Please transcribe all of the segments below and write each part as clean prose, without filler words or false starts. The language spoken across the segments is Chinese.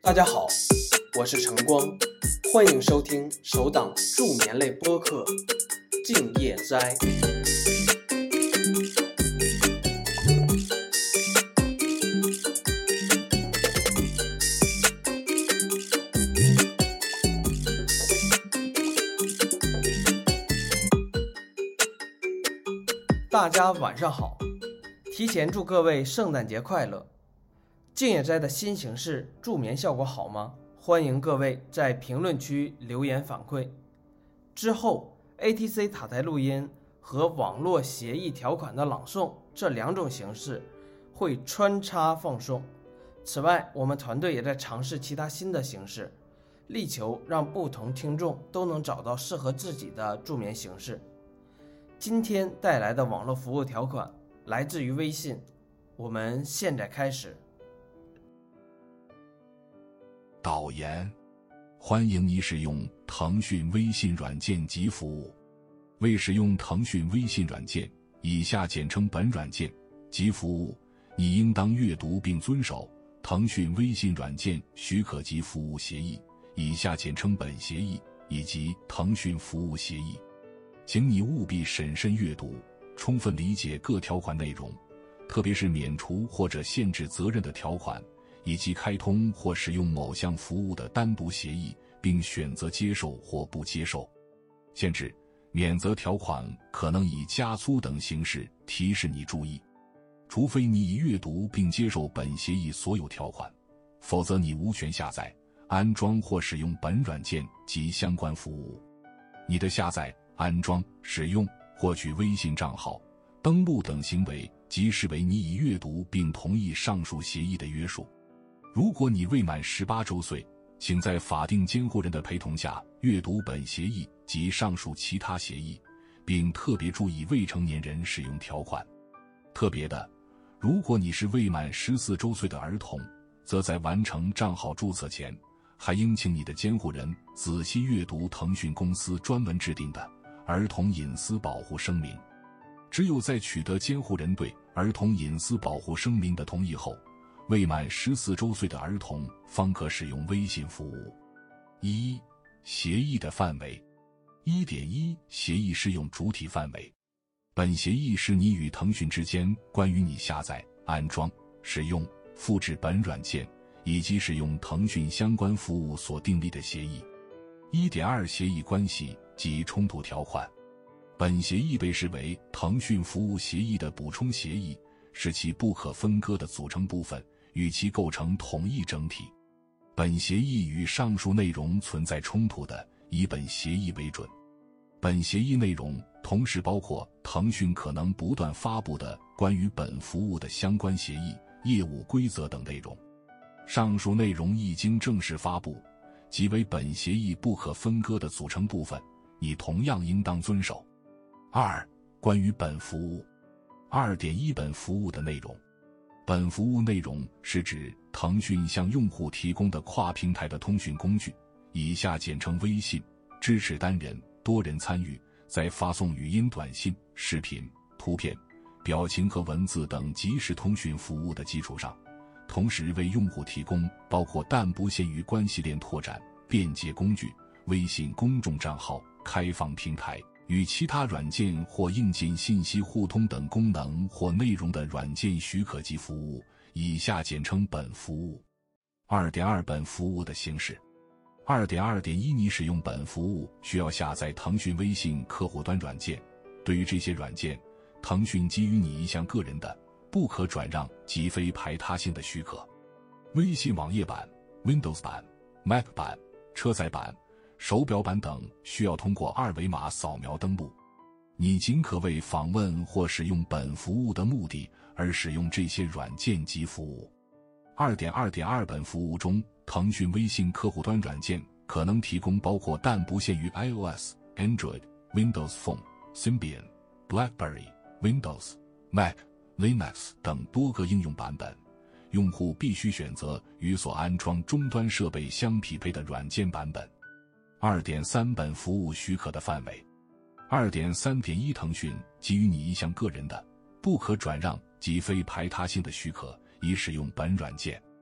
大家好，我是晨光，欢迎收听首档助眠类播客《静夜斋》。大家晚上好，提前祝各位圣诞节快乐。静夜斋的新形式助眠效果好吗？欢迎各位在评论区留言反馈。之后 ATC 塔台录音和网络协议条款的朗诵这两种形式会穿插放送。此外，我们团队也在尝试其他新的形式，力求让不同听众都能找到适合自己的助眠形式。今天带来的网络服务条款来自于微信，我们现在开始。 导言：欢迎你使用腾讯微信软件及服务。为使用腾讯微信软件（以下简称本软件）及服务，你应当阅读并遵守腾讯微信软件许可及服务协议（以下简称本协议）以及腾讯服务协议。请你务必审慎阅读，充分理解各条款内容，特别是免除或者限制责任的条款，以及开通或使用某项服务的单独协议，并选择接受或不接受。限制、免责条款可能以加粗等形式提示你注意，除非你已阅读并接受本协议所有条款，否则你无权下载、安装或使用本软件及相关服务。你的下载、安装、使用、获取微信账号、登录等行为即视为你已阅读并同意上述协议的约束。如果你未满18周岁，请在法定监护人的陪同下阅读本协议及上述其他协议，并特别注意未成年人使用条款。特别的，如果你是未满14周岁的儿童，则在完成账号注册前，还应请你的监护人仔细阅读腾讯公司专门制定的儿童隐私保护声明。只有在取得监护人对儿童隐私保护声明的同意后，未满14周岁的儿童方可使用微信服务。1、协议的范围。 1.1 协议适用主体范围。本协议是你与腾讯之间关于你下载、安装、使用、复制本软件以及使用腾讯相关服务所订立的协议。1.2 协议关系及冲突条款。本协议被视为腾讯服务协议的补充协议，是其不可分割的组成部分，与其构成统一整体。本协议与上述内容存在冲突的，以本协议为准。本协议内容同时包括腾讯可能不断发布的关于本服务的相关协议、业务规则等内容。上述内容一经正式发布，即为本协议不可分割的组成部分，你同样应当遵守。2、关于本服务。2.1 本服务的内容。本服务内容是指腾讯向用户提供的跨平台的通讯工具（以下简称微信），支持单人、多人参与，在发送语音短信、视频、图片、表情和文字等即时通讯服务的基础上，同时为用户提供包括但不限于关系链拓展、便捷工具、微信公众账号、开放平台与其他软件或硬件信息互通等功能或内容的软件许可及服务，以下简称本服务。2.2 本服务的形式。2.2.1 你使用本服务需要下载腾讯微信客户端软件，对于这些软件，腾讯给予你一项个人的、不可转让及非排他性的许可。微信网页版、Windows 版、Mac 版、车载版、手表版等需要通过二维码扫描登录。你仅可为访问或使用本服务的目的而使用这些软件及服务。2.2.2 本服务中，腾讯微信客户端软件可能提供包括但不限于 iOS、Android、Windows Phone、Symbian、BlackBerry、Windows、Mac、Linux 等多个应用版本。用户必须选择与所安装终端设备相匹配的软件版本。2.3 本服务许可的范围。2.3.1 腾讯给予你一项个人的、不可转让及非排他性的许可，以使用本软件。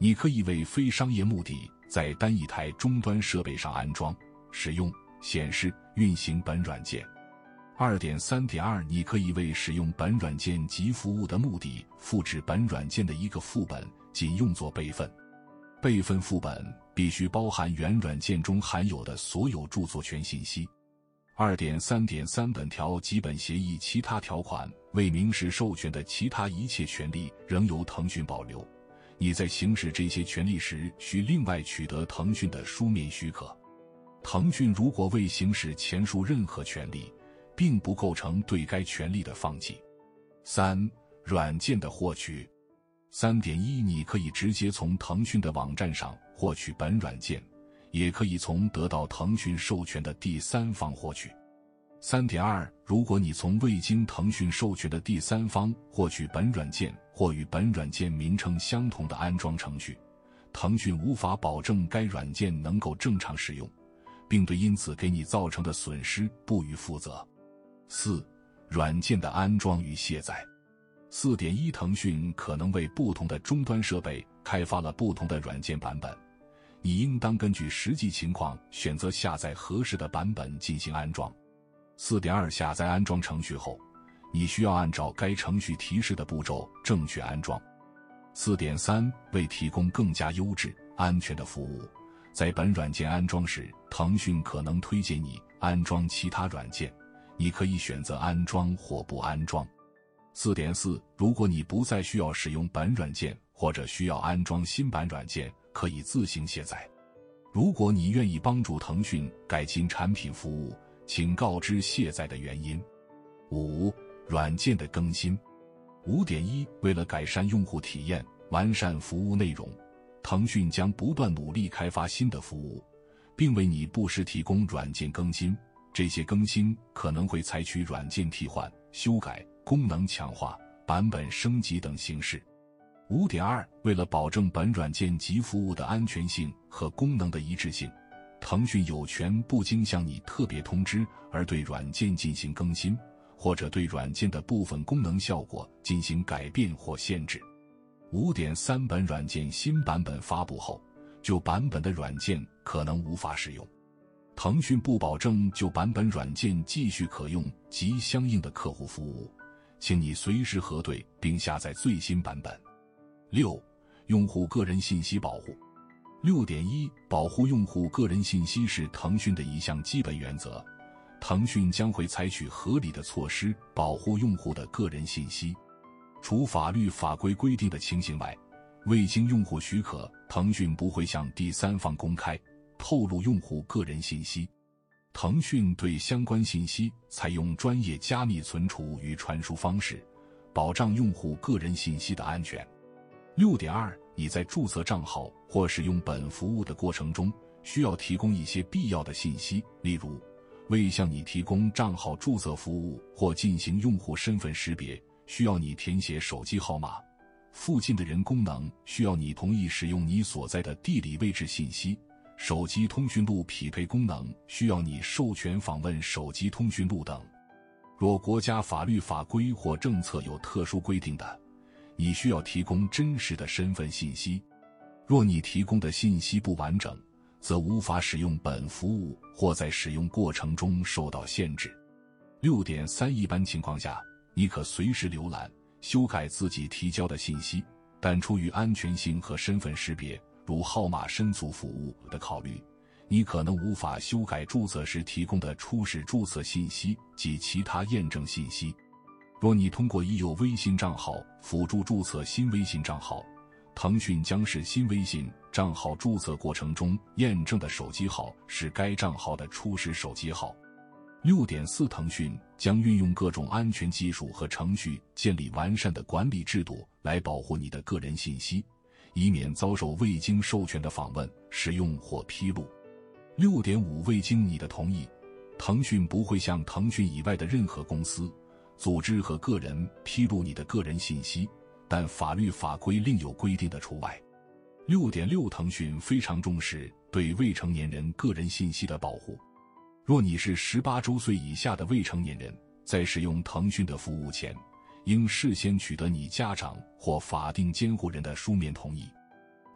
你可以为非商业目的在单一台终端设备上安装、使用、显示、运行本软件。2.3.2 你可以为使用本软件及服务的目的复制本软件的一个副本，仅用作备份。备份副本必须包含原软件中含有的所有著作权信息。2.3.3 本条及本协议其他条款未明示授权的其他一切权利仍由腾讯保留，你在行使这些权利时需另外取得腾讯的书面许可。腾讯如果未行使前述任何权利，并不构成对该权利的放弃。3. 软件的获取。3.1 你可以直接从腾讯的网站上获取本软件，也可以从得到腾讯授权的第三方获取。3.2 如果你从未经腾讯授权的第三方获取本软件或与本软件名称相同的安装程序，腾讯无法保证该软件能够正常使用，并对因此给你造成的损失不予负责。4. 软件的安装与卸载。4.1 腾讯可能为不同的终端设备开发了不同的软件版本，你应当根据实际情况选择下载合适的版本进行安装。4.2 下载安装程序后，你需要按照该程序提示的步骤正确安装。4.3 为提供更加优质、安全的服务，在本软件安装时，腾讯可能推荐你安装其他软件，你可以选择安装或不安装。4.4 如果你不再需要使用本软件，或者需要安装新版软件，可以自行卸载。如果你愿意帮助腾讯改进产品服务，请告知卸载的原因。5. 软件的更新。5.1 为了改善用户体验，完善服务内容，腾讯将不断努力开发新的服务，并为你不时提供软件更新。这些更新可能会采取软件替换、修改、功能强化、版本升级等形式。5.2 为了保证本软件及服务的安全性和功能的一致性，腾讯有权不经向你特别通知而对软件进行更新，或者对软件的部分功能效果进行改变或限制。5.3 本软件新版本发布后，旧版本的软件可能无法使用。腾讯不保证旧版本软件继续可用及相应的客户服务，请你随时核对并下载最新版本。6. 用户个人信息保护。6.1 保护用户个人信息是腾讯的一项基本原则，腾讯将会采取合理的措施保护用户的个人信息。除法律法规规定的情形外，未经用户许可，腾讯不会向第三方公开透露用户个人信息。腾讯对相关信息采用专业加密存储与传输方式，保障用户个人信息的安全。6.2 你在注册账号或使用本服务的过程中，需要提供一些必要的信息，例如为向你提供账号注册服务或进行用户身份识别，需要你填写手机号码；附近的人功能需要你同意使用你所在的地理位置信息；手机通讯录匹配功能需要你授权访问手机通讯录等。若国家法律法规或政策有特殊规定的，你需要提供真实的身份信息。若你提供的信息不完整，则无法使用本服务或在使用过程中受到限制。6.3 一般情况下，你可随时浏览、修改自己提交的信息，但出于安全性和身份识别，如号码申诉服务的考虑，你可能无法修改注册时提供的初始注册信息及其他验证信息。若你通过已有微信账号辅助注册新微信账号，腾讯将视新微信账号注册过程中验证的手机号是该账号的初始手机号。6.4 腾讯将运用各种安全技术和程序建立完善的管理制度来保护你的个人信息，以免遭受未经授权的访问、使用或披露。6.5 未经你的同意，腾讯不会向腾讯以外的任何公司、组织和个人披露你的个人信息，但法律法规另有规定的除外。6.6 腾讯非常重视对未成年人个人信息的保护。若你是18周岁以下的未成年人，在使用腾讯的服务前，应事先取得你家长或法定监护人的书面同意。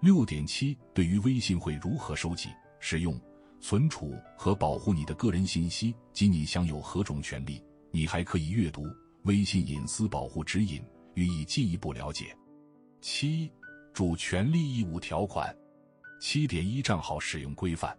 6.7 对于微信会如何收集、使用、存储和保护你的个人信息及你享有何种权利，你还可以阅读微信隐私保护指引，予以进一步了解。7. 主权利义务条款。 7.1 账号使用规范。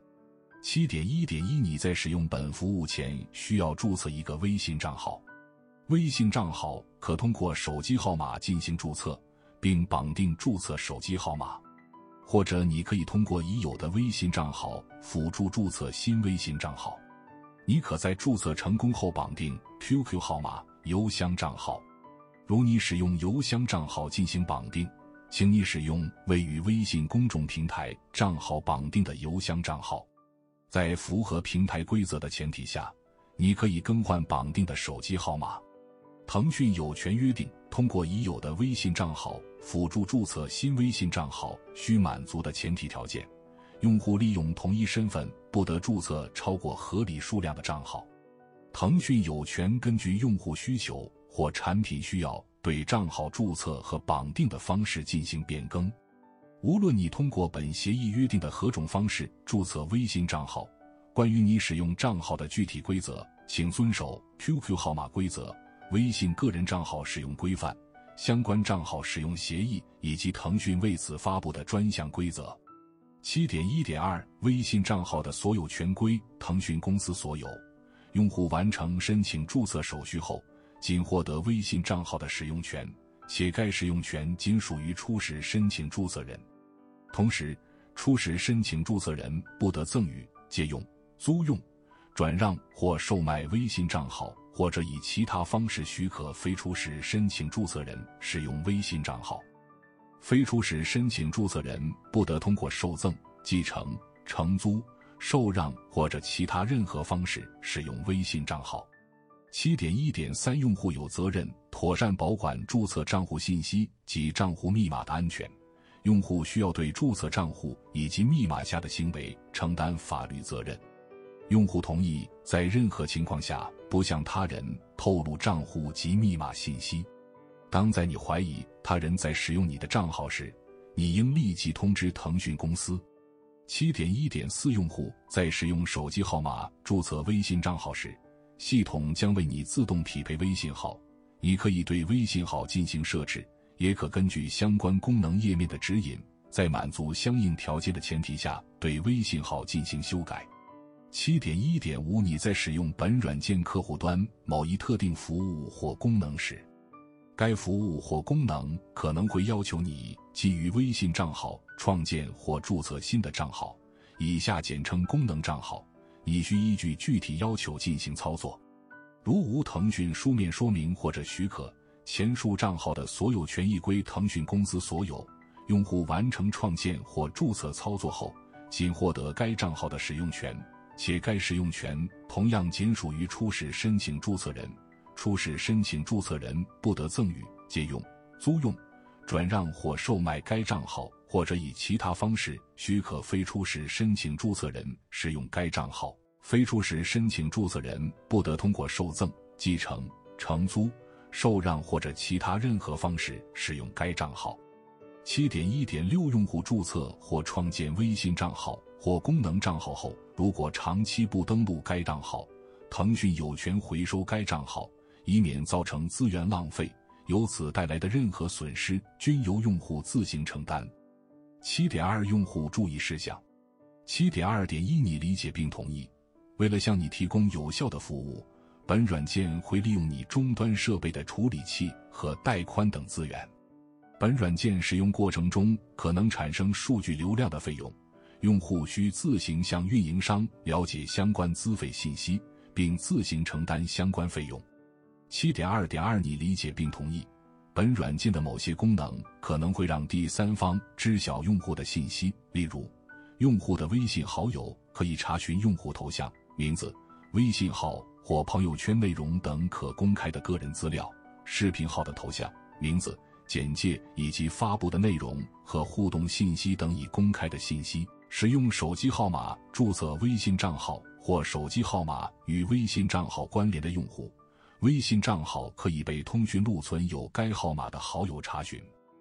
7.1.1 你在使用本服务前需要注册一个微信账号。微信账号可通过手机号码进行注册，并绑定注册手机号码，或者你可以通过已有的微信账号辅助注册新微信账号。你可在注册成功后绑定 QQ 号码、邮箱账号。如你使用邮箱账号进行绑定，请你使用未与微信公众平台账号绑定的邮箱账号。在符合平台规则的前提下，你可以更换绑定的手机号码。腾讯有权约定，通过已有的微信账号辅助注册新微信账号需满足的前提条件：用户利用同一身份不得注册超过合理数量的账号。腾讯有权根据用户需求或产品需要对账号注册和绑定的方式进行变更。无论你通过本协议约定的何种方式注册微信账号，关于你使用账号的具体规则，请遵守 QQ 号码规则、微信个人账号使用规范、相关账号使用协议以及腾讯为此发布的专项规则。7.1.2 微信账号的所有权归腾讯公司所有。用户完成申请注册手续后，仅获得微信账号的使用权，且该使用权仅属于初始申请注册人。同时，初始申请注册人不得赠与、借用、租用、转让或售卖微信账号，或者以其他方式许可非初始申请注册人使用微信账号。非初始申请注册人不得通过受赠、继承、承租、受让或者其他任何方式使用微信账号。7.1.3 用户有责任妥善保管注册账户信息及账户密码的安全。用户需要对注册账户以及密码下的行为承担法律责任。用户同意在任何情况下不向他人透露账户及密码信息。当在你怀疑他人在使用你的账号时，你应立即通知腾讯公司。7.1.4 用户在使用手机号码注册微信账号时，系统将为你自动匹配微信号，你可以对微信号进行设置，也可根据相关功能页面的指引，在满足相应条件的前提下对微信号进行修改。7.1.5 你在使用本软件客户端某一特定服务或功能时，该服务或功能可能会要求你基于微信账号创建或注册新的账号，以下简称功能账号，你需依据具体要求进行操作。如无腾讯书面说明或者许可，前述账号的所有权益归腾讯公司所有。用户完成创建或注册操作后，仅获得该账号的使用权，且该使用权同样仅属于初始申请注册人。初始申请注册人不得赠与、借用、租用、转让或售卖该账号，或者以其他方式许可非初始申请注册人使用该账号。非初始申请注册人不得通过受赠、继承、承租、受让或者其他任何方式使用该账号。7.1.6 用户注册或创建微信账号或功能账号后，如果长期不登录该账号，腾讯有权回收该账号，以免造成资源浪费，由此带来的任何损失均由用户自行承担。7.2 用户注意事项。7.2.1 你理解并同意，为了向你提供有效的服务，本软件会利用你终端设备的处理器和带宽等资源。本软件使用过程中可能产生数据流量的费用，用户需自行向运营商了解相关资费信息，并自行承担相关费用。7.2.2 你理解并同意，本软件的某些功能可能会让第三方知晓用户的信息，例如用户的微信好友可以查询用户头像、名字、微信号或朋友圈内容等可公开的个人资料，视频号的头像、名字、简介以及发布的内容和互动信息等已公开的信息。使用手机号码注册微信账号或手机号码与微信账号关联的用户，微信账号可以被通讯录存有该号码的好友查询。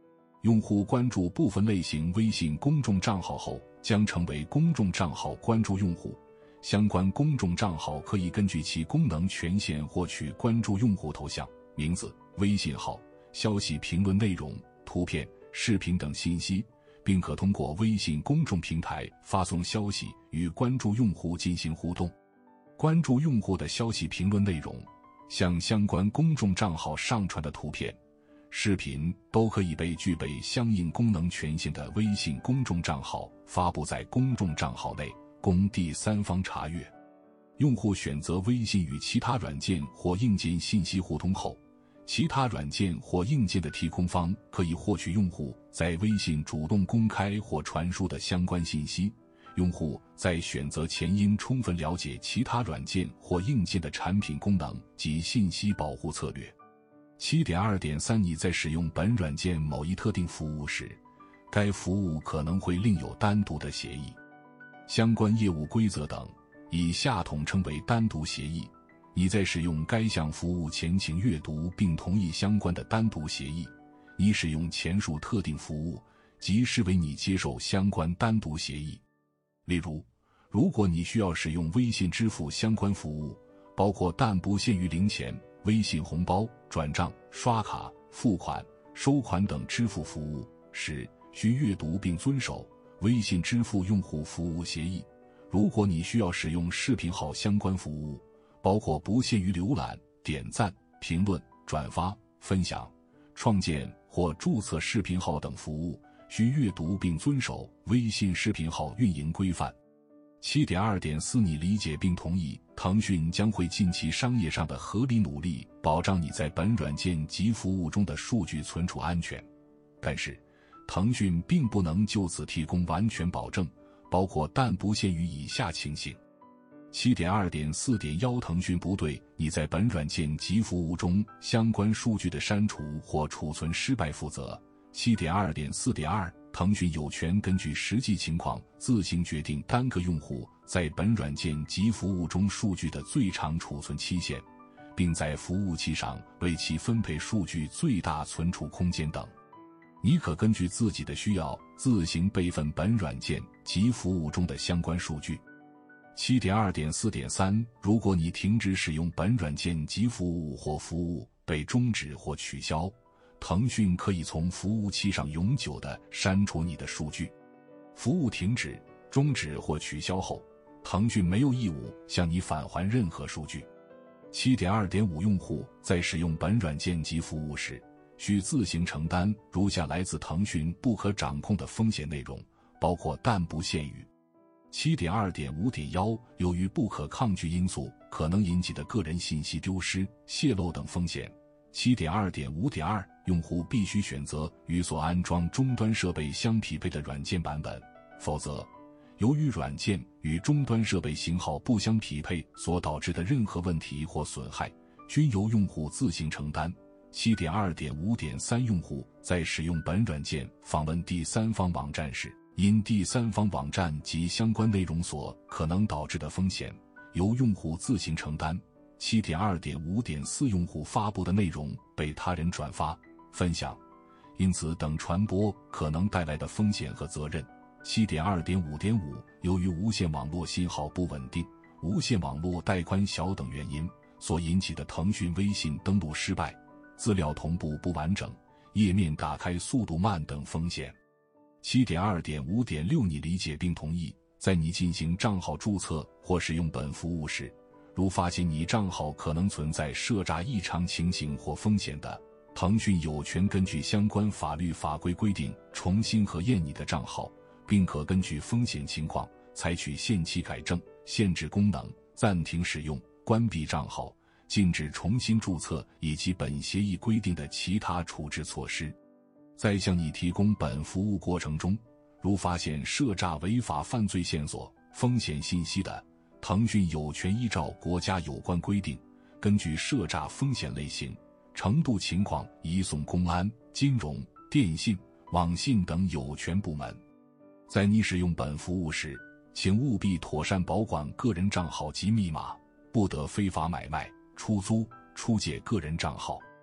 用户关注部分类型微信公众账号后，将成为公众账号关注用户。相关公众账号可以根据其功能权限获取关注用户头像、名字、微信号、消息评论内容、图片、视频等信息，并可通过微信公众平台发送消息与关注用户进行互动。关注用户的消息评论内容，向相关公众账号上传的图片、视频都可以被具备相应功能权限的微信公众账号发布在公众账号内，供第三方查阅。用户选择微信与其他软件或硬件信息互通后，其他软件或硬件的提供方可以获取用户在微信主动公开或传输的相关信息。用户在选择前应充分了解其他软件或硬件的产品功能及信息保护策略。7.2.3 你在使用本软件某一特定服务时，该服务可能会另有单独的协议。相关业务规则等，以下统称为单独协议。你在使用该项服务前请阅读并同意相关的单独协议。你使用前述特定服务，即视为你接受相关单独协议。例如，如果你需要使用微信支付相关服务，包括但不限于零钱、微信红包、转账、刷卡、付款、收款等支付服务时，需阅读并遵守微信支付用户服务协议。如果你需要使用视频号相关服务，包括不限于浏览、点赞、评论、转发、分享、创建或注册视频号等服务，需阅读并遵守微信视频号运营规范。7.2.4 你理解并同意腾讯将会尽其商业上的合理努力保障你在本软件及服务中的数据存储安全，但是腾讯并不能就此提供完全保证，包括但不限于以下情形。7.2.4.1 腾讯不对你在本软件及服务中相关数据的删除或储存失败负责。7.2.4.2 腾讯有权根据实际情况自行决定单个用户在本软件及服务中数据的最长储存期限，并在服务器上为其分配数据最大存储空间等。你可根据自己的需要自行备份本软件及服务中的相关数据。7.2.4.3 如果你停止使用本软件及服务或服务被终止或取消，腾讯可以从服务器上永久地删除你的数据。服务停止、终止或取消后，腾讯没有义务向你返还任何数据。7.2.5 用户在使用本软件及服务时，需自行承担如下来自腾讯不可掌控的风险内容，包括但不限于。7.2.5.1 由于不可抗拒因素可能引起的个人信息丢失、泄露等风险。7.2.5.2 用户必须选择与所安装终端设备相匹配的软件版本，否则由于软件与终端设备型号不相匹配所导致的任何问题或损害，均由用户自行承担。7.2.5.3 用户在使用本软件访问第三方网站时，因第三方网站及相关内容所可能导致的风险，由用户自行承担。7.2.5.4 用户发布的内容被他人转发、分享，因此等传播可能带来的风险和责任。7.2.5.5 由于无线网络信号不稳定、无线网络带宽小等原因所引起的腾讯微信登录失败、资料同步不完整、页面打开速度慢等风险。7.2.5.6 你理解并同意，在你进行账号注册或使用本服务时，如发现你账号可能存在设诈异常情形或风险的，腾讯有权根据相关法律法规规定重新核验你的账号，并可根据风险情况采取限期改正、限制功能、暂停使用、关闭账号、禁止重新注册以及本协议规定的其他处置措施。在向你提供本服务过程中，如发现设诈违法犯罪线索、风险信息的，腾讯有权依照国家有关规定，根据设诈风险类型、程度情况移送公安、金融、电信、网信等有权部门。在你使用本服务时，请务必妥善保管个人账号及密码，不得非法买卖、出租、出借个人账号。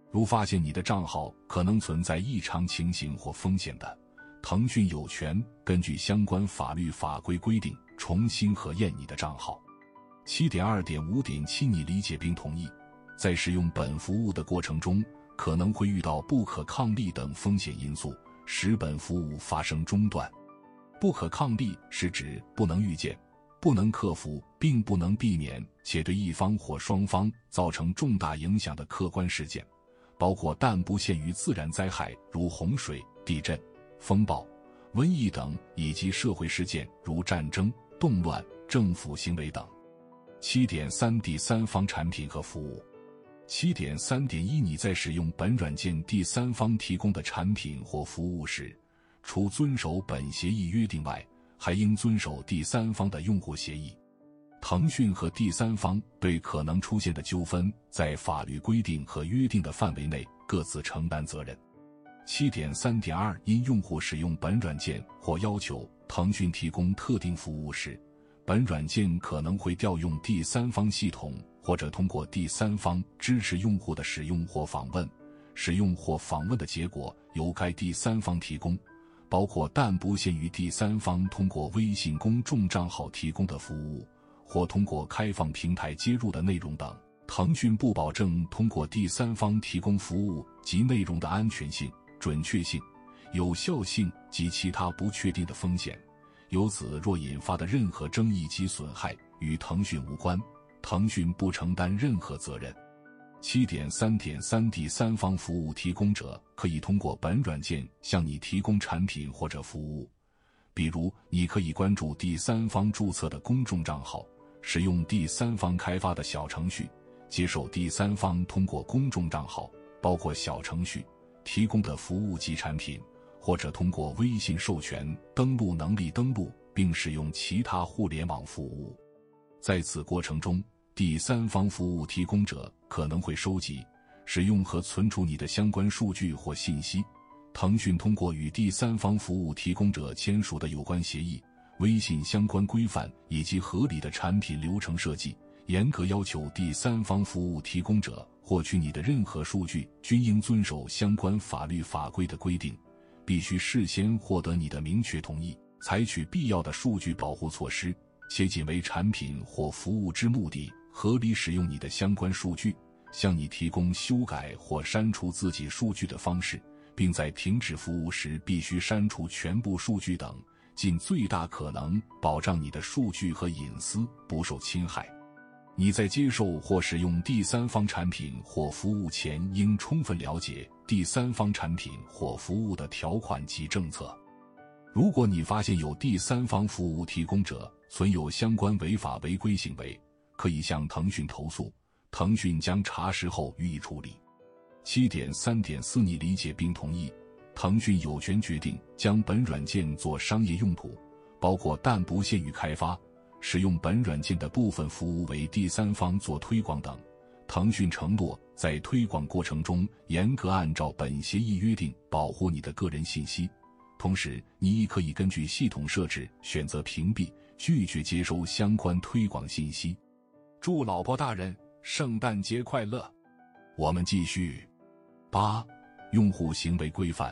如发现你的账号可能存在异常情形或风险的，腾讯有权根据相关法律法规规定重新核验你的账号。7.2.5.7 你理解并同意，在使用本服务的过程中，可能会遇到不可抗力等风险因素，使本服务发生中断。不可抗力是指不能预见、不能克服并不能避免且对一方或双方造成重大影响的客观事件，包括但不限于自然灾害如洪水、地震、风暴、瘟疫等，以及社会事件如战争、动乱、政府行为等。7.3 第三方产品和服务。7.3.1 你在使用本软件第三方提供的产品或服务时，除遵守本协议约定外，还应遵守第三方的用户协议。腾讯和第三方对可能出现的纠纷，在法律规定和约定的范围内各自承担责任。7.3.2 因用户使用本软件或要求腾讯提供特定服务时，本软件可能会调用第三方系统，或者通过第三方支持用户的使用或访问，使用或访问的结果由该第三方提供，包括但不限于第三方通过微信公众账号提供的服务，或通过开放平台接入的内容等。腾讯不保证通过第三方提供服务及内容的安全性、准确性、有效性及其他不确定的风险，由此若引发的任何争议及损害与腾讯无关，腾讯不承担任何责任。7.3.3 第三方服务提供者可以通过本软件向你提供产品或者服务，比如你可以关注第三方注册的公众账号，使用第三方开发的小程序，接受第三方通过公众账号，包括小程序提供的服务及产品，或者通过微信授权登录能力登录并使用其他互联网服务。在此过程中，第三方服务提供者可能会收集、使用和存储你的相关数据或信息。腾讯通过与第三方服务提供者签署的有关协议、微信相关规范以及合理的产品流程设计，严格要求第三方服务提供者获取你的任何数据均应遵守相关法律法规的规定，必须事先获得你的明确同意，采取必要的数据保护措施，且仅为产品或服务之目的合理使用你的相关数据，向你提供修改或删除自己数据的方式，并在停止服务时必须删除全部数据等，尽最大可能保障你的数据和隐私不受侵害。你在接受或使用第三方产品或服务前，应充分了解第三方产品或服务的条款及政策。如果你发现有第三方服务提供者存有相关违法违规行为，可以向腾讯投诉，腾讯将查实后予以处理。7.3.4 你理解并同意，腾讯有权决定将本软件做商业用途，包括但不限于开发、使用本软件的部分服务为第三方做推广等。腾讯承诺在推广过程中严格按照本协议约定保护你的个人信息，同时你亦可以根据系统设置选择屏蔽、拒绝接收相关推广信息。祝老婆大人圣诞节快乐！我们继续。8. 用户行为规范。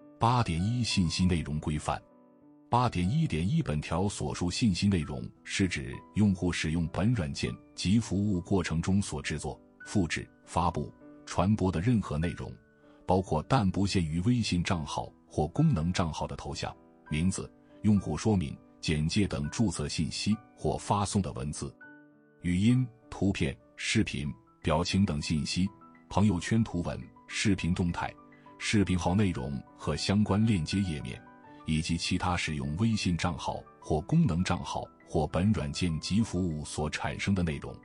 8.1 信息内容规范。 8.1.1 本条所述信息内容是指用户使用本软件及服务过程中所制作、复制、发布、传播的任何内容，包括但不限于微信账号或功能账号的头像、名字、用户说明、简介等注册信息或发送的文字、语音、图片、视频、表情等信息、朋友圈图文、视频动态、视频号内容和相关链接页面，以及其他使用微信账号或功能账号或本软件及服务所产生的内容。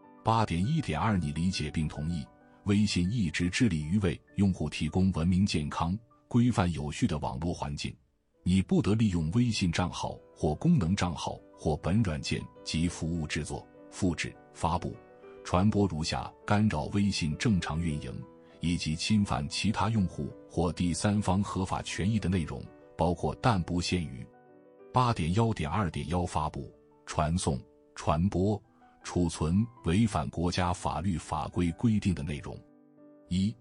8.1.2 你理解并同意，微信一直致力于为用户提供文明、健康、规范、有序的网络环境。你不得利用微信账号或功能账号或本软件及服务制作、复制、发布、传播如下干扰微信正常运营以及侵犯其他用户或第三方合法权益的内容，包括但不限于 8.1.2.1 发布、传送、传播、储存违反国家法律法规规定的内容。1.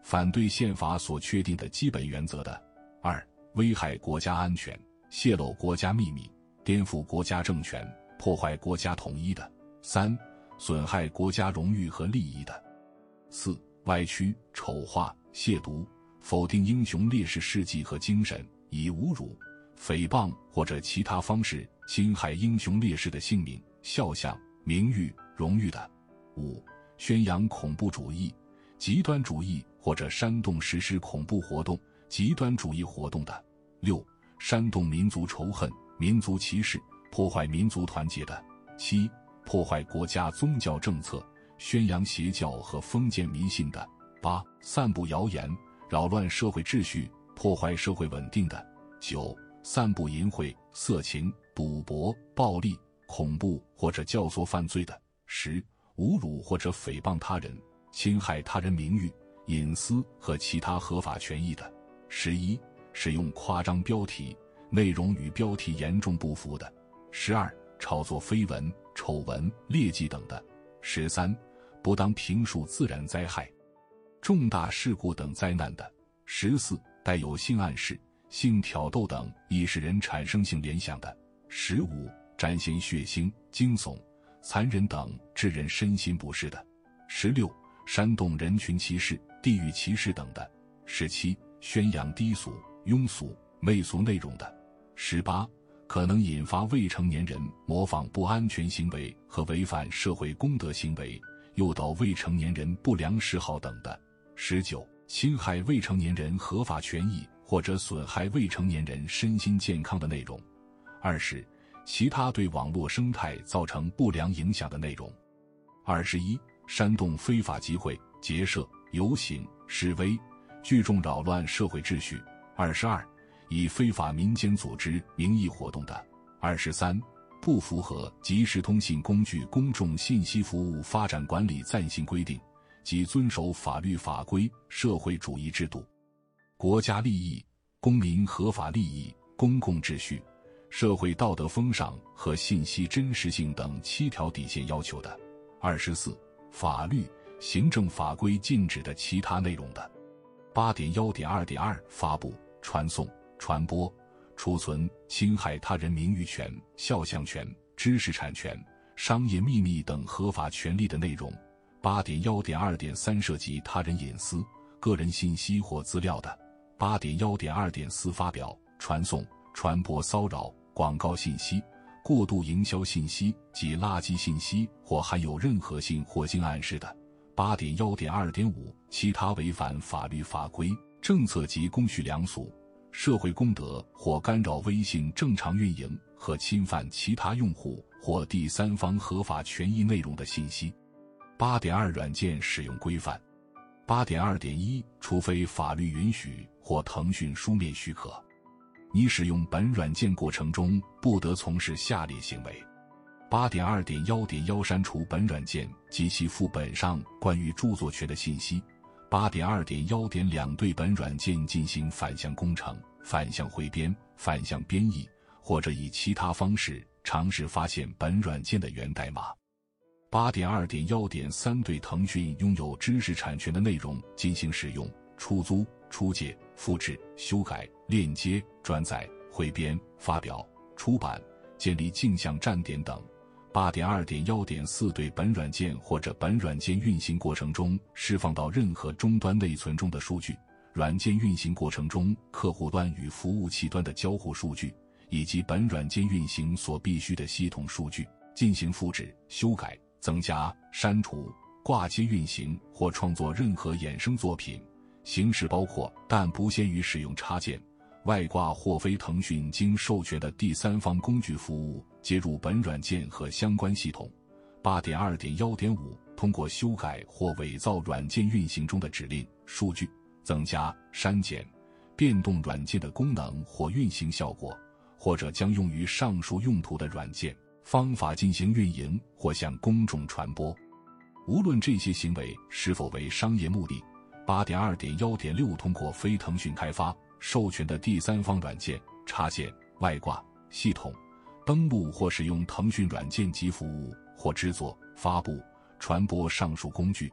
反对宪法所确定的基本原则的；二、危害国家安全、泄露国家秘密、颠覆国家政权、破坏国家统一的；三、损害国家荣誉和利益的；四、歪曲、丑化、亵渎、否定英雄烈士事迹和精神，以侮辱、诽谤或者其他方式侵害英雄烈士的姓名、肖像、名誉、荣誉的；五、宣扬恐怖主义、极端主义或者煽动实施恐怖活动、极端主义活动的；六、煽动民族仇恨、民族歧视、破坏民族团结的；七、破坏国家宗教政策、宣扬邪教和封建迷信的；八、散布谣言、扰乱社会秩序、破坏社会稳定的；九、散布淫秽、色情、赌博、暴力、恐怖或者教唆犯罪的；十、侮辱或者诽谤他人、侵害他人名誉、隐私和其他合法权益的；十一、使用夸张标题、内容与标题严重不符的；十二、炒作绯闻、丑闻、劣迹等的；十三、不当评述自然灾害、重大事故等灾难的；十四、带有性暗示、性挑逗等易使人产生性联想的；十五、展现血腥、惊悚、残忍等致人身心不适的；十六、煽动人群歧视、地域歧视等的；十七、宣扬低俗、庸俗、媚俗内容的；十八、可能引发未成年人模仿不安全行为和违反社会公德行为，诱导未成年人不良嗜好等的；十九、侵害未成年人合法权益或者损害未成年人身心健康的内容；二十、其他对网络生态造成不良影响的内容；二十一、煽动非法集会、结社、游行、示威，聚众扰乱社会秩序；二十二、以非法民间组织名义活动的；二十三、不符合即时通信工具公众信息服务发展管理暂行规定及遵守法律法规、社会主义制度、国家利益、公民合法利益、公共秩序、社会道德风尚和信息真实性等7条底线要求的；二十四、法律、行政法规禁止的其他内容的。8.1.2.2 发布、传送、传播、储存侵害他人名誉权、肖像权、知识产权、商业秘密等合法权利的内容。8.1.2.3 涉及他人隐私、个人信息或资料的。8.1.2.4 发表、传送、传播骚扰、广告信息、过度营销信息及垃圾信息或含有任何性或性暗示的。8.1.2.5 其他违反法律法规、政策及公序良俗、社会公德或干扰微信正常运营和侵犯其他用户或第三方合法权益内容的信息。8.2 软件使用规范。8.2.1 除非法律允许或腾讯书面许可，你使用本软件过程中不得从事下列行为。8.2.1.1 删除本软件及其副本上关于著作权的信息。8.2.1.2 对本软件进行反向工程、反向汇编、反向编译，或者以其他方式尝试发现本软件的源代码。8.2.1.3 对腾讯拥有知识产权的内容进行使用、出租、出借、复制、修改、链接、转载、汇编、发表、出版、建立镜像站点等。8.2.1.4 对本软件或者本软件运行过程中释放到任何终端内存中的数据，软件运行过程中客户端与服务器端的交互数据，以及本软件运行所必须的系统数据，进行复制、修改、增加、删除、挂接运行或创作任何衍生作品，形式包括但不限于使用插件、外挂或非腾讯经授权的第三方工具服务接入本软件和相关系统。8.2.1.5 通过修改或伪造软件运行中的指令、数据，增加、删减、变动软件的功能或运行效果，或者将用于上述用途的软件方法进行运营或向公众传播。无论这些行为是否为商业目的。8.2.1.6 通过非腾讯开发、授权的第三方软件、插件、外挂、系统登录或使用腾讯软件及服务，或制作、发布、传播上述工具、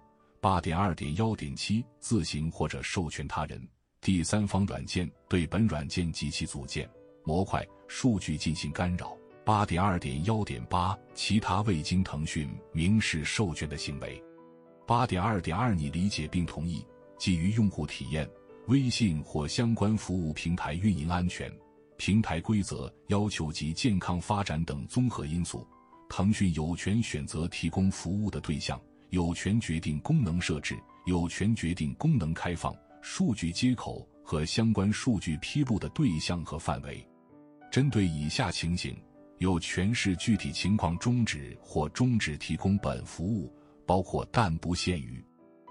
8.2.1.7 自行或者授权他人、第三方软件对本软件及其组件、模块、数据进行干扰。8.2.1.8 其他未经腾讯明示授权的行为。8.2.2 你理解并同意基于用户体验、微信或相关服务平台运营安全、平台规则要求及健康发展等综合因素，腾讯有权选择提供服务的对象，有权决定功能设置，有权决定功能开放、数据接口和相关数据披露的对象和范围。针对以下情形，有权视具体情况终止或终止提供本服务，包括但不限于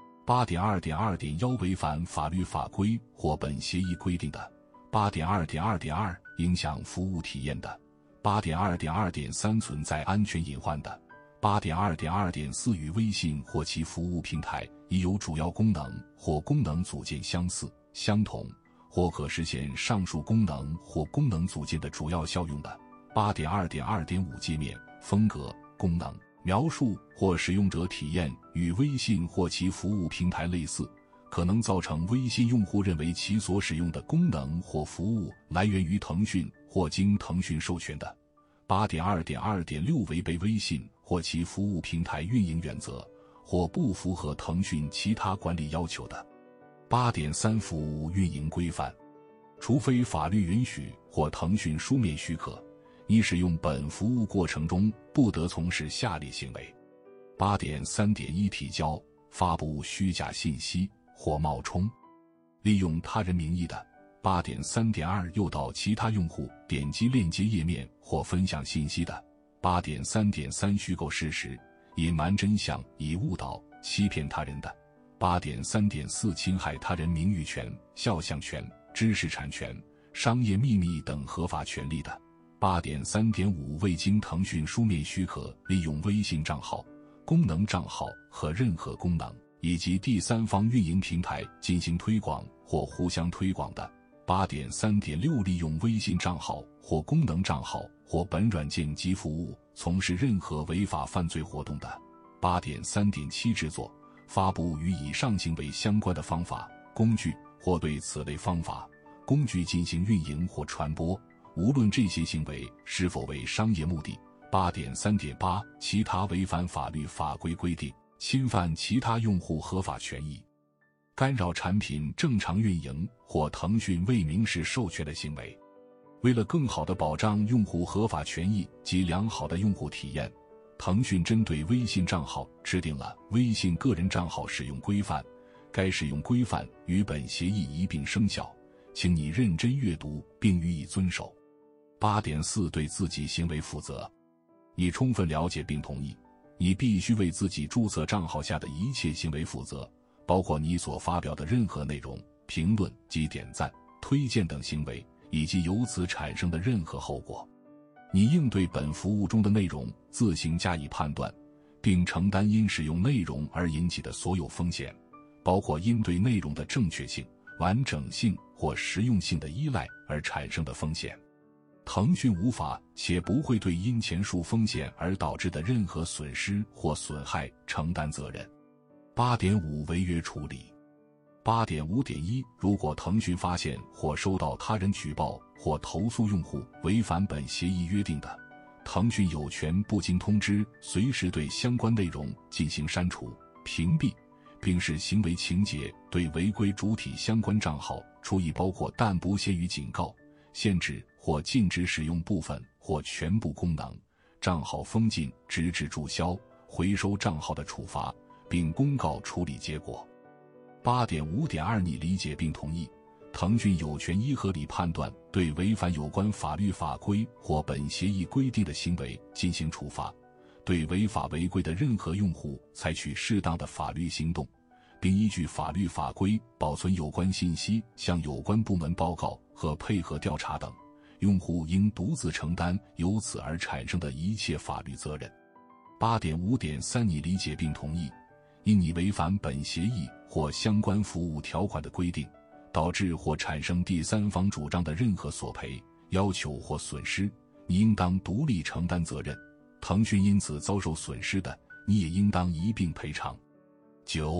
8.2.2.1 违反法律法规或本协议规定的， 8.2.2.2 影响服务体验的， 8.2.2.3 存在安全隐患的， 8.2.2.4 与微信或其服务平台已有主要功能或功能组件相似、相同，或可实现上述功能或功能组件的主要效用的， 8.2.2.5 界面、风格、功能、描述或使用者体验与微信或其服务平台类似，可能造成微信用户认为其所使用的功能或服务来源于腾讯或经腾讯授权的。 8.2.2.6 违背微信或其服务平台运营原则，或不符合腾讯其他管理要求的。 8.3 服务运营规范，除非法律允许或腾讯书面许可，你使用本服务过程中不得从事下列行为。 8.3.1 提交、发布虚假信息或冒充、利用他人名义的。 8.3.2 诱导其他用户点击链接页面或分享信息的。 8.3.3 虚构事实、隐瞒真相以误导、欺骗他人的。 8.3.4 侵害他人名誉权、肖像权、知识产权、商业秘密等合法权利的。 8.3.5 未经腾讯书面许可利用微信账号、功能账号和任何功能以及第三方运营平台进行推广或互相推广的。 8.3.6 利用微信账号或功能账号或本软件及服务从事任何违法犯罪活动的。 8.3.7 制作、发布与以上行为相关的方法、工具或对此类方法、工具进行运营或传播，无论这些行为是否为商业目的。 8.3.8 其他违反法律法规规定、侵犯其他用户合法权益、干扰产品正常运营或腾讯未明示授权的行为。为了更好地保障用户合法权益及良好的用户体验，腾讯针对微信账号制定了微信个人账号使用规范，该使用规范与本协议一并生效，请你认真阅读并予以遵守。8.4 对自己行为负责，你充分了解并同意，你必须为自己注册账号下的一切行为负责，包括你所发表的任何内容、评论及点赞、推荐等行为，以及由此产生的任何后果。你应对本服务中的内容自行加以判断，并承担因使用内容而引起的所有风险，包括因对内容的正确性、完整性或实用性的依赖而产生的风险。腾讯无法且不会对因前述风险而导致的任何损失或损害承担责任。8.5 违约处理。8.5.1 如果腾讯发现或收到他人举报或投诉用户违反本协议约定的，腾讯有权不经通知随时对相关内容进行删除、屏蔽，并视行为情节对违规主体相关账号处以包括但不限于警告、限制或禁止使用部分或全部功能、账号封禁直至注销、回收账号的处罚，并公告处理结果。8.5.2 你理解并同意，腾讯有权依合理判断对违反有关法律法规或本协议规定的行为进行处罚，对违法违规的任何用户采取适当的法律行动，并依据法律法规保存有关信息，向有关部门报告和配合调查等。用户应独自承担由此而产生的一切法律责任。8.5.3 你理解并同意，因你违反本协议或相关服务条款的规定，导致或产生第三方主张的任何索赔、要求或损失，你应当独立承担责任。腾讯因此遭受损失的，你也应当一并赔偿。9.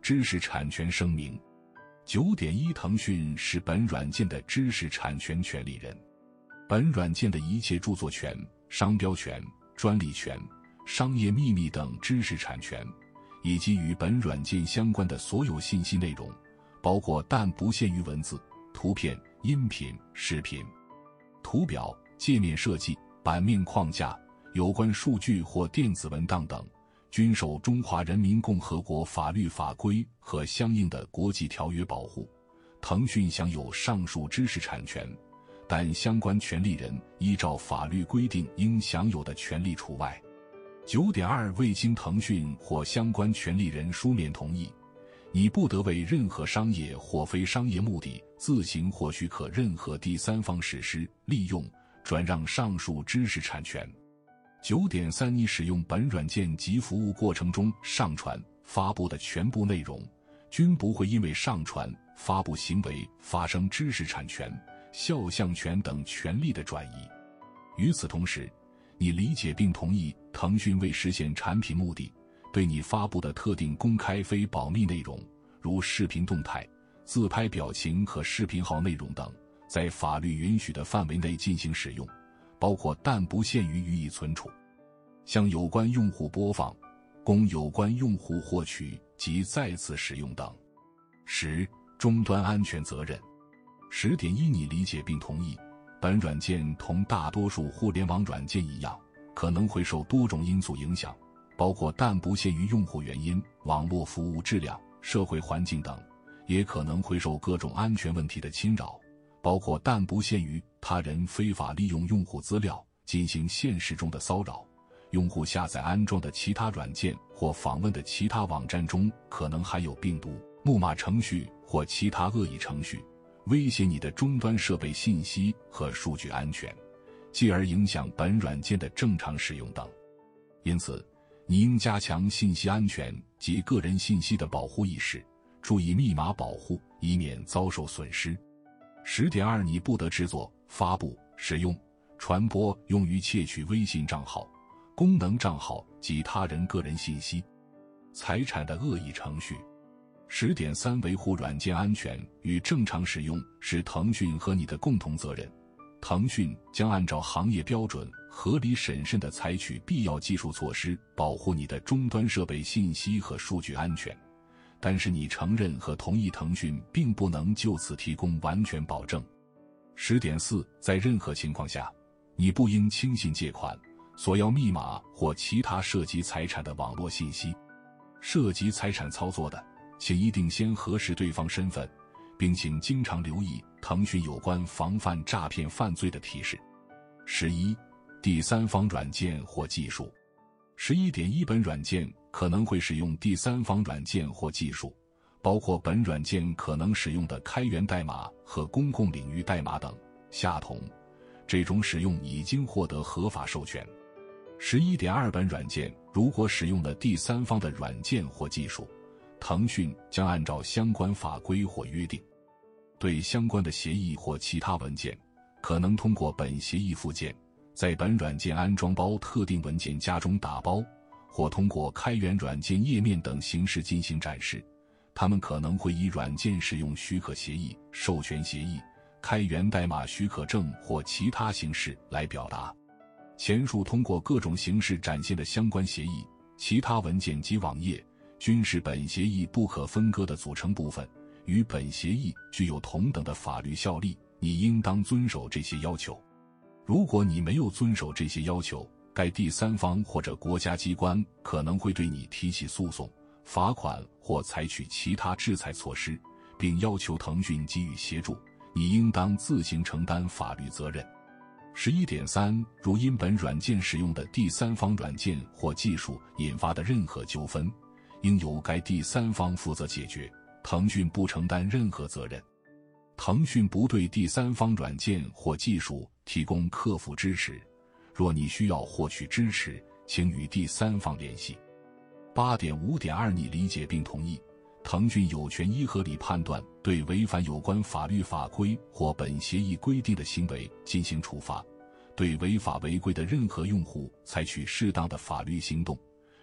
知识产权声明。9.1 腾讯是本软件的知识产权权利人，本软件的一切著作权、商标权、专利权、商业秘密等知识产权，以及与本软件相关的所有信息内容，包括但不限于文字、图片、音频、视频、图表、界面设计、版面框架、有关数据或电子文档等，均受中华人民共和国法律法规和相应的国际条约保护。腾讯享有上述知识产权，但相关权利人依照法律规定应享有的权利除外。9.2 未经腾讯或相关权利人书面同意，你不得为任何商业或非商业目的自行或许可任何第三方实施、利用、转让上述知识产权。9.3 你使用本软件及服务过程中上传、发布的全部内容，均不会因为上传、发布行为发生知识产权、肖像权等权利的转移。与此同时，你理解并同意腾讯为实现产品目的，对你发布的特定公开非保密内容，如视频动态、自拍表情和视频号内容等，在法律允许的范围内进行使用，包括但不限于予以存储，向有关用户播放，供有关用户获取及再次使用等。10. 终端安全责任。10.1 你理解并同意，本软件同大多数互联网软件一样，可能会受多种因素影响，包括但不限于用户原因、网络服务质量、社会环境等，也可能会受各种安全问题的侵扰，包括但不限于他人非法利用用户资料进行现实中的骚扰，用户下载安装的其他软件或访问的其他网站中可能含有病毒、木马程序或其他恶意程序，威胁你的终端设备信息和数据安全，继而影响本软件的正常使用等。因此，你应加强信息安全及个人信息的保护意识，注意密码保护，以免遭受损失。10.2 你不得制作、发布、使用、传播用于窃取微信账号、功能账号及他人个人信息、财产的恶意程序。10.3 维护软件安全与正常使用是腾讯和你的共同责任。腾讯将按照行业标准合理审慎地采取必要技术措施，保护你的终端设备信息和数据安全。但是你承认和同意腾讯并不能就此提供完全保证。10.4 在任何情况下，你不应轻信借款、索要密码或其他涉及财产的网络信息。涉及财产操作的，请一定先核实对方身份，并请经常留意腾讯有关防范诈骗犯罪的提示。11. 第三方软件或技术。11.1 本软件可能会使用第三方软件或技术，包括本软件可能使用的开源代码和公共领域代码等。下同，这种使用已经获得合法授权。11.2 本软件如果使用了第三方的软件或技术，腾讯将按照相关法规或约定，对相关的协议或其他文件，可能通过本协议附件，在本软件安装包特定文件夹中打包，或通过开源软件页面等形式进行展示。他们可能会以软件使用许可协议、授权协议、开源代码许可证或其他形式来表达。前述通过各种形式展现的相关协议、其他文件及网页，均是本协议不可分割的组成部分，与本协议具有同等的法律效力，你应当遵守这些要求。如果你没有遵守这些要求，该第三方或者国家机关可能会对你提起诉讼、罚款或采取其他制裁措施，并要求腾讯给予协助，你应当自行承担法律责任。11.3 如因本软件使用的第三方软件或技术引发的任何纠纷，应由该第三方负责解决，腾讯不承担任何责任。腾讯不对第三方软件或技术提供客服支持，若你需要获取支持，请与第三方联系。8.5.2 你理解并同意，腾讯有权依合理判断对违反有关法律法规或本协议规定的行为进行处罚，对违法违规的任何用户采取适当的法律行动，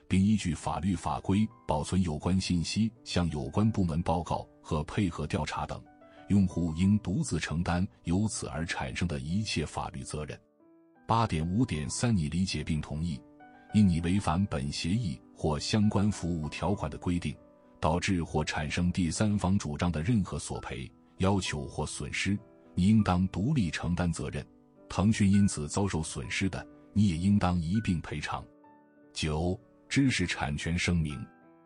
并依据法律法规保存有关信息，向有关部门报告和配合调查等，用户应独自承担由此而产生的一切法律责任。8.5.3 你理解并同意，因你违反本协议或相关服务条款的规定，导致或产生第三方主张的任何索赔、要求或损失，你应当独立承担责任。腾讯因此遭受损失的，你也应当一并赔偿。9. 知识产权声明。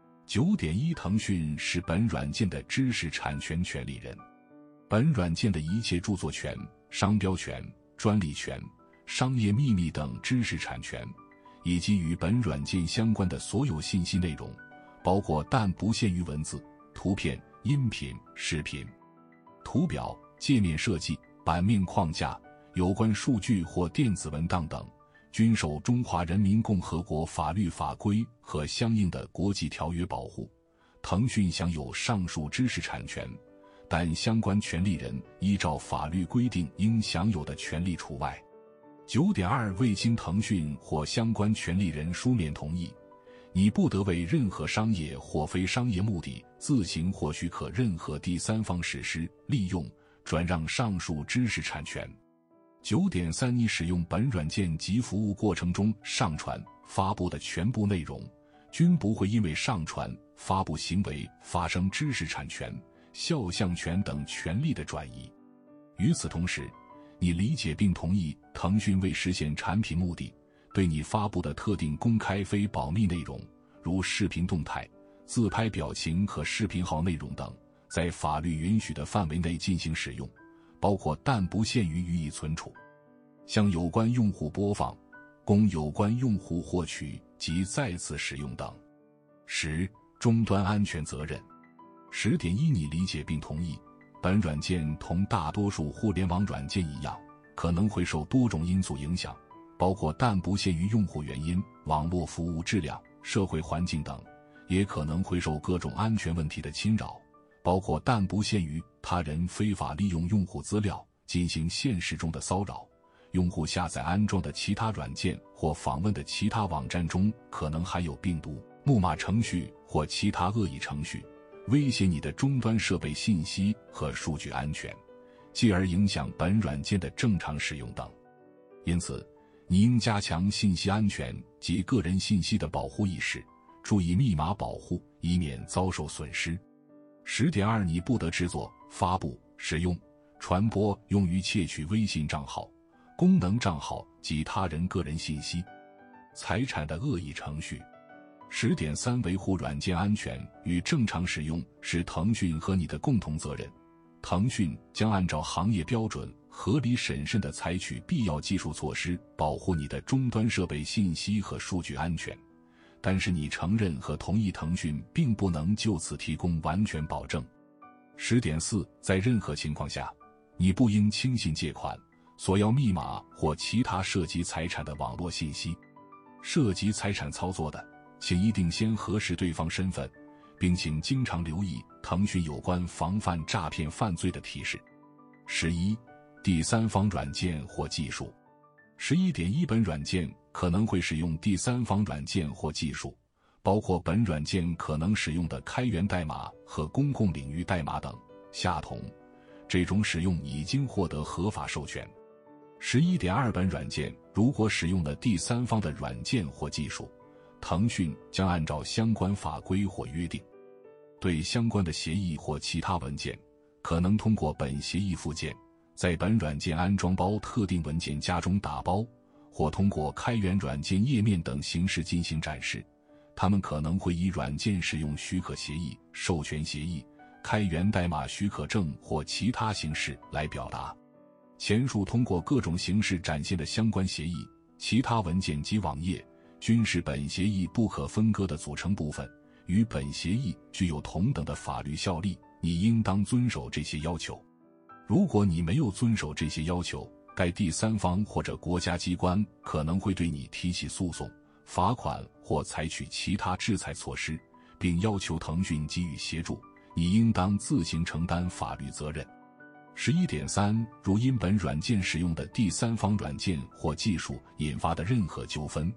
9.1 腾讯是本软件的知识产权权利人，本软件的一切著作权、商标权、专利权、商业秘密等知识产权，以及与本软件相关的所有信息内容，包括但不限于文字、图片、音频、视频、图表、界面设计、版面框架、有关数据或电子文档等，均受中华人民共和国法律法规和相应的国际条约保护。腾讯享有上述知识产权，但相关权利人依照法律规定应享有的权利除外。9.2 未经腾讯或相关权利人书面同意，你不得为任何商业或非商业目的自行或许可任何第三方实施、利用、转让上述知识产权。9.3 你使用本软件及服务过程中上传、发布的全部内容，均不会因为上传、发布行为发生知识产权、肖像权等权利的转移。与此同时，你理解并同意腾讯为实现产品目的，对你发布的特定公开非保密内容，如视频动态、自拍表情和视频号内容等，在法律允许的范围内进行使用，包括但不限于予以存储，向有关用户播放，供有关用户获取及再次使用等。10. 终端安全责任。10.1 你理解并同意，本软件同大多数互联网软件一样，可能会受多种因素影响，包括但不限于用户原因、网络服务质量、社会环境等，也可能会受各种安全问题的侵扰，包括但不限于他人非法利用用户资料进行现实中的骚扰，用户下载安装的其他软件或访问的其他网站中可能含有病毒、木马程序或其他恶意程序，威胁你的终端设备信息和数据安全，继而影响本软件的正常使用等。因此，你应加强信息安全及个人信息的保护意识，注意密码保护，以免遭受损失。10.2 你不得制作、发布、使用、传播用于窃取微信账号、功能账号及他人个人信息、财产的恶意程序。10.3 维护软件安全与正常使用是腾讯和你的共同责任。腾讯将按照行业标准合理审慎地采取必要技术措施，保护你的终端设备信息和数据安全。但是你承认和同意腾讯并不能就此提供完全保证。10.4 在任何情况下，你不应轻信借款、索要密码或其他涉及财产的网络信息。涉及财产操作的，请一定先核实对方身份，并请经常留意腾讯有关防范诈骗犯罪的提示。11. 第三方软件或技术。11.1 本软件可能会使用第三方软件或技术，包括本软件可能使用的开源代码和公共领域代码等。下同，这种使用已经获得合法授权。11.2 本软件如果使用了第三方的软件或技术，腾讯将按照相关法规或约定，对相关的协议或其他文件，可能通过本协议附件，在本软件安装包特定文件夹中打包，或通过开源软件页面等形式进行展示。他们可能会以软件使用许可协议、授权协议、开源代码许可证或其他形式来表达。前述通过各种形式展现的相关协议、其他文件及网页，均是本协议不可分割的组成部分，与本协议具有同等的法律效力，你应当遵守这些要求。如果你没有遵守这些要求，该第三方或者国家机关可能会对你提起诉讼、罚款或采取其他制裁措施，并要求腾讯给予协助，你应当自行承担法律责任。11.3 如因本软件使用的第三方软件或技术引发的任何纠纷，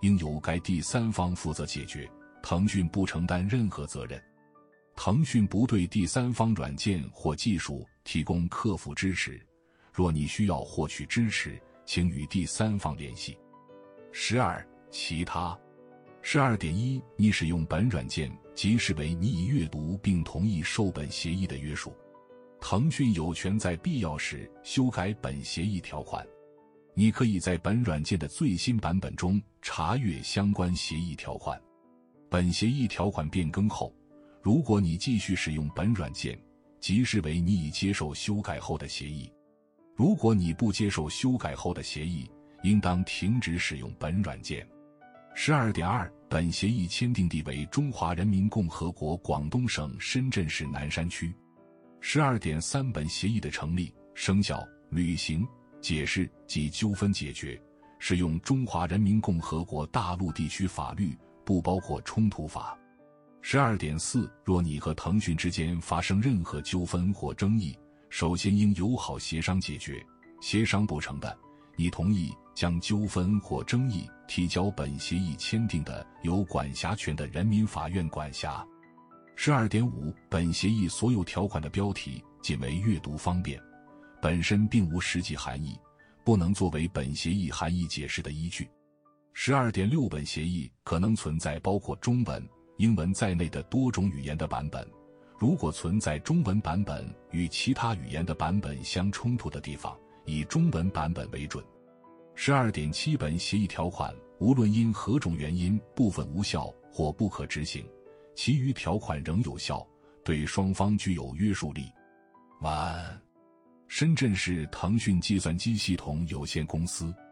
应由该第三方负责解决，腾讯不承担任何责任。腾讯不对第三方软件或技术提供客服支持，若你需要获取支持，请与第三方联系。12. 其他。12.1 你使用本软件即视为你已阅读并同意受本协议的约束。腾讯有权在必要时修改本协议条款。你可以在本软件的最新版本中查阅相关协议条款。本协议条款变更后，如果你继续使用本软件，即视为你已接受修改后的协议。如果你不接受修改后的协议，应当停止使用本软件。12.2 本协议签订地为中华人民共和国广东省深圳市南山区。12.3 本协议的成立、生效、履行、解释及纠纷解决适用中华人民共和国大陆地区法律，不包括冲突法。12.4 若你和腾讯之间发生任何纠纷或争议，首先应友好协商解决，协商不成的，你同意将纠纷或争议提交本协议签订的有管辖权的人民法院管辖。12.5 本协议所有条款的标题仅为阅读方便，本身并无实际含义，不能作为本协议含义解释的依据。12.6 本协议可能存在包括中文、英文在内的多种语言的版本，如果存在中文版本与其他语言的版本相冲突的地方，以中文版本为准。12.7 本协议条款无论因何种原因部分无效或不可执行，其余条款仍有效，对双方具有约束力。晚安。深圳市腾讯计算机系统有限公司。